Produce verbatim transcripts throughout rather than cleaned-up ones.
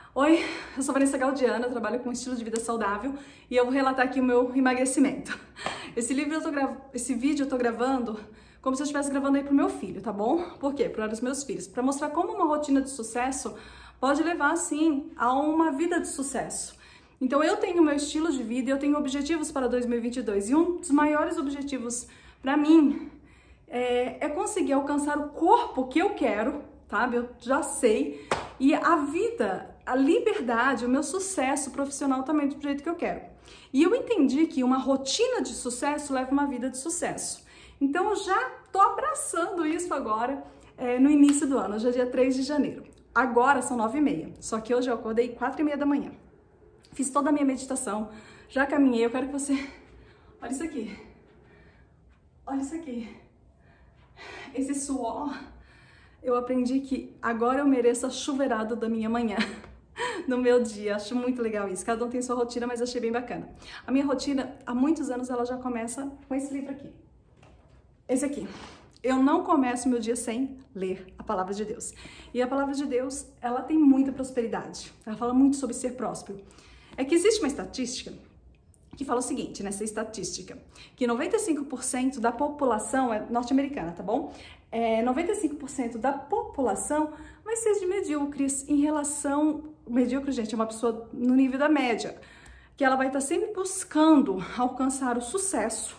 Oi, eu sou Vanessa Galdiana, eu trabalho com estilo de vida saudável e eu vou relatar aqui o meu emagrecimento. Esse livro eu tô gra... esse vídeo eu tô gravando como se eu estivesse gravando aí pro meu filho, tá bom? Por quê? Para os meus filhos, para mostrar como uma rotina de sucesso pode levar, sim, a uma vida de sucesso. Então eu tenho meu estilo de vida e eu tenho objetivos para dois mil e vinte e dois e um dos maiores objetivos para mim é, é conseguir alcançar o corpo que eu quero, sabe? Eu já sei. E a vida, a liberdade, o meu sucesso profissional também do jeito que eu quero. E eu entendi que uma rotina de sucesso leva uma vida de sucesso. Então eu já tô abraçando isso agora, é, no início do ano, hoje é dia três de janeiro. Agora são nove e meia, só que hoje eu acordei quatro e meia da manhã. Fiz toda a minha meditação, já caminhei, eu quero que você... Olha isso aqui. Olha isso aqui. Esse suor... Eu aprendi que agora eu mereço a chuveirada da minha manhã, no meu dia. Acho muito legal isso. Cada um tem sua rotina, mas achei bem bacana. A minha rotina, há muitos anos, ela já começa com esse livro aqui. Esse aqui. Eu não começo meu dia sem ler a Palavra de Deus. E a Palavra de Deus, ela tem muita prosperidade. Ela fala muito sobre ser próspero. É que existe uma estatística que fala o seguinte, nessa estatística, que noventa e cinco por cento da população é norte-americana, tá bom? É, noventa e cinco por cento da população vai ser de medíocres em relação... Medíocre, gente, é uma pessoa no nível da média, que ela vai estar sempre buscando alcançar o sucesso,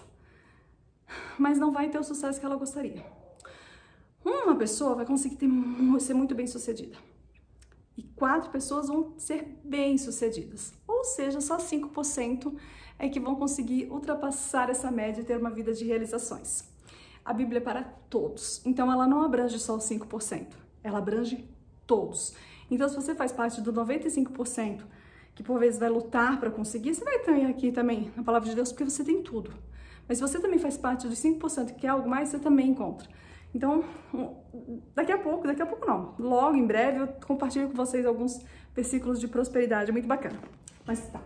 mas não vai ter o sucesso que ela gostaria. Uma pessoa vai conseguir ter, ser muito bem sucedida. E quatro pessoas vão ser bem-sucedidas. Ou seja, só cinco por cento é que vão conseguir ultrapassar essa média e ter uma vida de realizações. A Bíblia é para todos. Então, ela não abrange só os cinco por cento. Ela abrange todos. Então, se você faz parte do noventa e cinco por cento, que por vezes vai lutar para conseguir, você vai ter aqui também na Palavra de Deus, porque você tem tudo. Mas se você também faz parte dos cinco por cento que quer algo mais, você também encontra. Então, daqui a pouco, daqui a pouco não, logo em breve eu compartilho com vocês alguns versículos de prosperidade, muito bacana. Mas tá.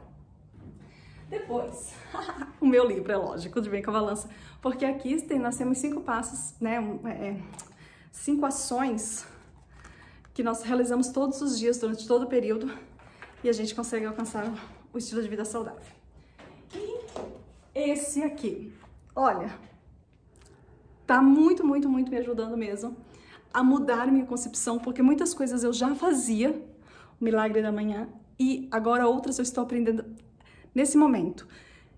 Depois, o meu livro, é lógico, de Bem com a Balança, porque aqui tem, nós temos cinco passos, né, é, cinco ações que nós realizamos todos os dias, durante todo o período, e a gente consegue alcançar o estilo de vida saudável. E esse aqui, olha... Tá muito, muito, muito me ajudando mesmo a mudar minha concepção, porque muitas coisas eu já fazia, o milagre da manhã, e agora outras eu estou aprendendo nesse momento.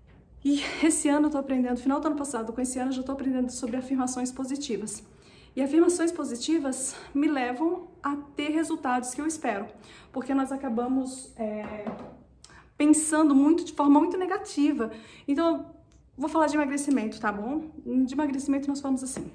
E esse ano eu tô aprendendo, final do ano passado, com esse ano eu já tô aprendendo sobre afirmações positivas. E afirmações positivas me levam a ter resultados que eu espero, porque nós acabamos é, pensando muito de forma muito negativa. Então, vou falar de emagrecimento, tá bom? De emagrecimento nós falamos assim.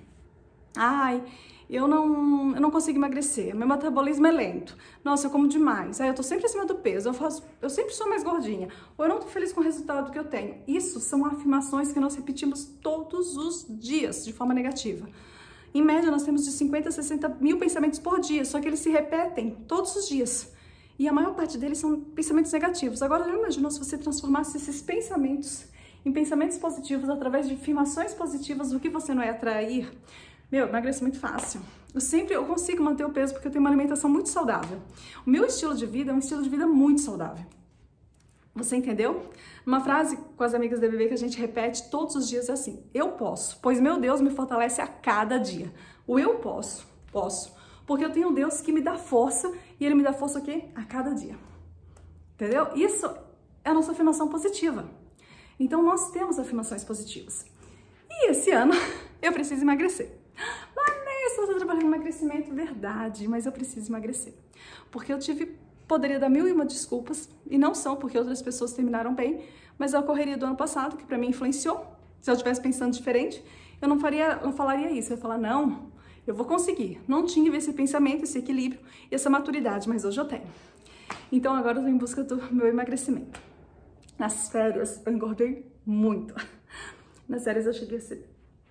Ai, eu não, eu não consigo emagrecer, meu metabolismo é lento. Nossa, eu como demais. Ai, eu tô sempre acima do peso, eu, faço, eu sempre sou mais gordinha. Ou eu não tô feliz com o resultado que eu tenho. Isso são afirmações que nós repetimos todos os dias, de forma negativa. Em média, nós temos de cinquenta a sessenta mil pensamentos por dia, só que eles se repetem todos os dias. E a maior parte deles são pensamentos negativos. Agora, já imaginou se você transformasse esses pensamentos em pensamentos positivos, através de afirmações positivas, o que você não é atrair? Meu, emagrece muito fácil. Eu sempre eu consigo manter o peso porque eu tenho uma alimentação muito saudável. O meu estilo de vida é um estilo de vida muito saudável. Você entendeu? Uma frase com as amigas da B B que a gente repete todos os dias é assim: eu posso, pois meu Deus me fortalece a cada dia. O eu posso, posso, porque eu tenho um Deus que me dá força e Ele me dá força o quê? A cada dia. Entendeu? Isso é a nossa afirmação positiva. Então, nós temos afirmações positivas. E esse ano, eu preciso emagrecer. Vanessa, você trabalha em emagrecimento? Verdade, mas eu preciso emagrecer. Porque eu tive, poderia dar mil e uma desculpas, e não são porque outras pessoas terminaram bem, mas a correria do ano passado, que pra mim influenciou. Se eu estivesse pensando diferente, eu não, faria, não falaria isso. Eu ia falar, não, eu vou conseguir. Não tinha esse pensamento, esse equilíbrio e essa maturidade, mas hoje eu tenho. Então, agora eu tô em busca do meu emagrecimento. Nas férias, eu engordei muito. Nas férias, eu cheguei a setenta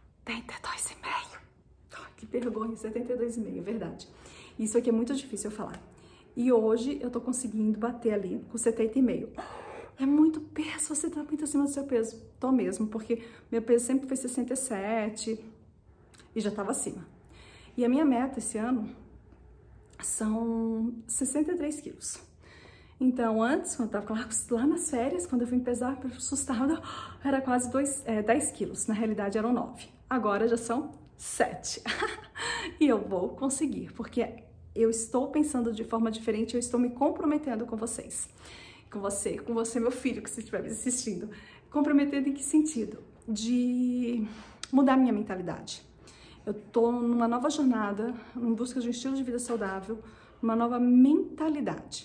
e dois e meio. Oh, que vergonha, setenta e dois e meio, é verdade. Isso aqui é muito difícil eu falar. E hoje, eu tô conseguindo bater ali com setenta e meio. É muito peso, você tá muito acima do seu peso. Tô mesmo, porque meu peso sempre foi sessenta e sete e já tava acima. E a minha meta esse ano são sessenta e três quilos. Então, antes, quando eu tava lá, lá nas férias, quando eu fui pesar, eu assustava, era quase dois, é, dez quilos. Na realidade, eram nove. Agora já são sete. E eu vou conseguir, porque eu estou pensando de forma diferente, eu estou me comprometendo com vocês. Com você, com você, meu filho, que você estiver me assistindo. Comprometendo em que sentido? De mudar minha mentalidade. Eu tô numa nova jornada, em busca de um estilo de vida saudável, uma nova mentalidade.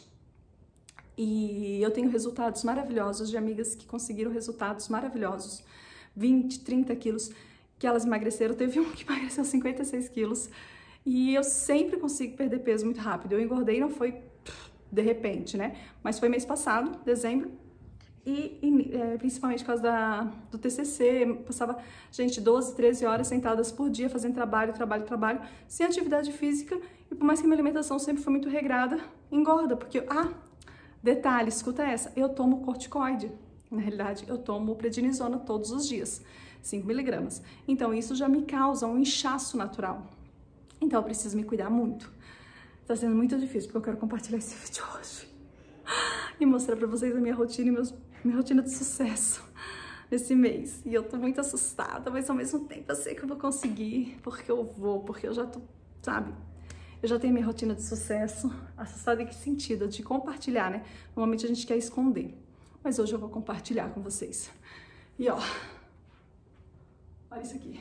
E eu tenho resultados maravilhosos de amigas que conseguiram resultados maravilhosos, vinte, trinta quilos, que elas emagreceram. Teve um que emagreceu cinquenta e seis quilos e eu sempre consigo perder peso muito rápido. Eu engordei, não foi de repente, né? Mas foi mês passado, dezembro, e, e é, principalmente por causa da, do T C C, passava, gente, doze, treze horas sentadas por dia fazendo trabalho, trabalho, trabalho, sem atividade física, e por mais que minha alimentação sempre foi muito regrada, engorda, porque, ah, detalhe, escuta essa, eu tomo corticoide. Na realidade, eu tomo prednisona todos os dias, cinco miligramas. Então, isso já me causa um inchaço natural. Então, eu preciso me cuidar muito. Tá sendo muito difícil, porque eu quero compartilhar esse vídeo hoje. E mostrar pra vocês a minha rotina e meus, minha rotina de sucesso nesse mês. E eu tô muito assustada, mas ao mesmo tempo eu sei que eu vou conseguir, porque eu vou, porque eu já tô, sabe... Eu já tenho minha rotina de sucesso. Assustada em que sentido? De compartilhar, né? Normalmente a gente quer esconder. Mas hoje eu vou compartilhar com vocês. E ó, olha isso aqui.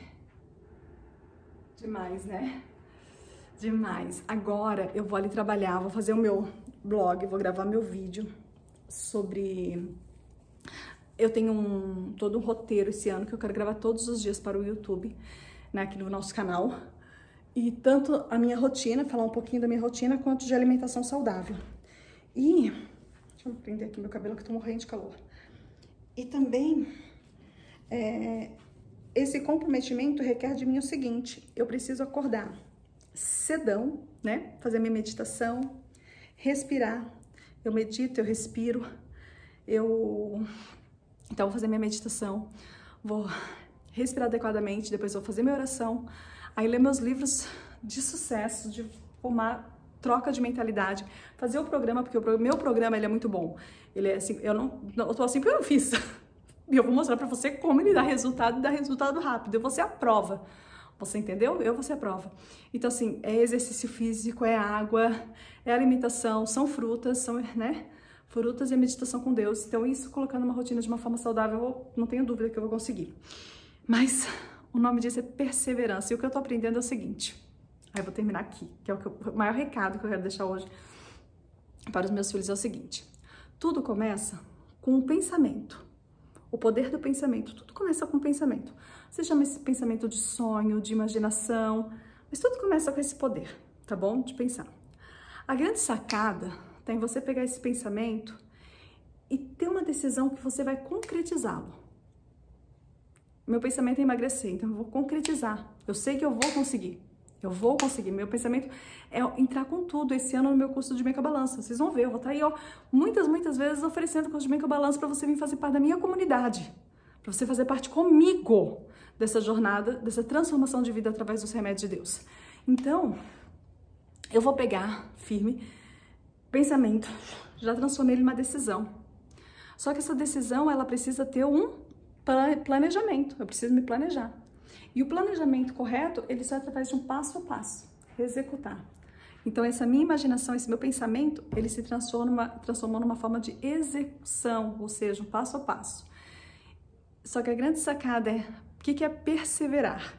Demais, né? Demais. Agora eu vou ali trabalhar, vou fazer o meu blog, vou gravar meu vídeo sobre... Eu tenho um, todo um roteiro esse ano que eu quero gravar todos os dias para o YouTube, né? Aqui no nosso canal. E tanto a minha rotina, falar um pouquinho da minha rotina, quanto de alimentação saudável. E, deixa eu prender aqui meu cabelo que eu tô morrendo de calor. E também, é, esse comprometimento requer de mim o seguinte, eu preciso acordar cedão, né? Fazer minha meditação, respirar. Eu medito, eu respiro, eu... Então, vou fazer minha meditação, vou respirar adequadamente, depois vou fazer minha oração, aí ler meus livros de sucesso, de formar troca de mentalidade, fazer o programa, porque o meu programa ele é muito bom. Ele é assim, eu não, eu tô assim porque eu não fiz. E eu vou mostrar pra você como ele dá resultado e dá resultado rápido. Eu vou ser a prova. Você entendeu? Eu vou ser a prova. Então, assim, é exercício físico, é água, é alimentação, são frutas, são, né? Frutas e a meditação com Deus. Então, isso colocando uma rotina de uma forma saudável, eu não tenho dúvida que eu vou conseguir. Mas o nome disso é perseverança. E o que eu tô aprendendo é o seguinte. Aí eu vou terminar aqui, que é o, que eu, o maior recado que eu quero deixar hoje para os meus filhos é o seguinte. Tudo começa com um pensamento. O poder do pensamento. Tudo começa com um pensamento. Você chama esse pensamento de sonho, de imaginação, mas tudo começa com esse poder, tá bom? De pensar. A grande sacada tá em você pegar esse pensamento e ter uma decisão que você vai concretizá-lo. Meu pensamento é emagrecer, então eu vou concretizar. Eu sei que eu vou conseguir. Eu vou conseguir. Meu pensamento é entrar com tudo esse ano no meu curso de Meca Balança. Vocês vão ver, eu vou estar aí, ó, muitas, muitas vezes oferecendo curso de Meca Balança para você vir fazer parte da minha comunidade. Para você fazer parte comigo dessa jornada, dessa transformação de vida através dos remédios de Deus. Então, eu vou pegar firme, pensamento, já transformei ele numa decisão. Só que essa decisão, ela precisa ter um planejamento, eu preciso me planejar. E o planejamento correto, ele só é através de um passo a passo, executar. Então, essa minha imaginação, esse meu pensamento, ele se transforma, transformou numa forma de execução, ou seja, um passo a passo. Só que a grande sacada é, o que é perseverar?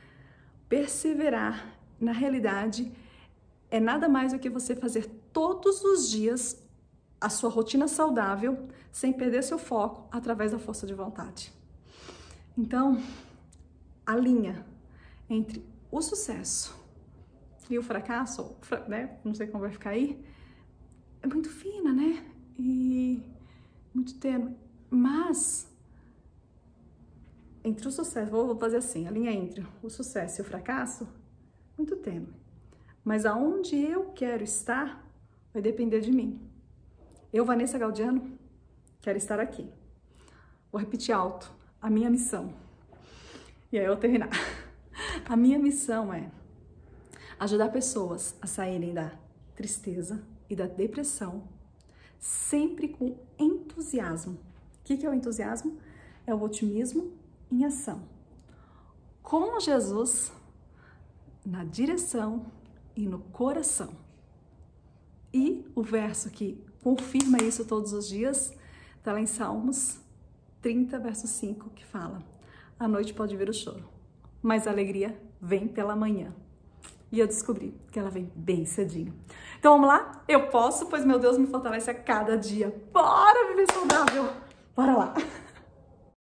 Perseverar, na realidade, é nada mais do que você fazer todos os dias a sua rotina saudável, sem perder seu foco, através da força de vontade. Então, a linha entre o sucesso e o fracasso, né? Não sei como vai ficar aí, é muito fina, né? E muito tênue. Mas, entre o sucesso, vou fazer assim, a linha entre o sucesso e o fracasso, muito tênue. Mas aonde eu quero estar, vai depender de mim. Eu, Vanessa Galdiano, quero estar aqui. Vou repetir alto, a minha missão. E aí eu vou terminar. A minha missão é ajudar pessoas a saírem da tristeza e da depressão, sempre com entusiasmo. O que é o entusiasmo? É o otimismo em ação. Com Jesus na direção e no coração. E o verso que confirma isso todos os dias está lá em Salmos trinta, verso cinco, que fala: a noite pode vir o choro, mas a alegria vem pela manhã. E eu descobri que ela vem bem cedinho. Então vamos lá? Eu posso, pois meu Deus me fortalece a cada dia. Bora viver saudável! Bora lá!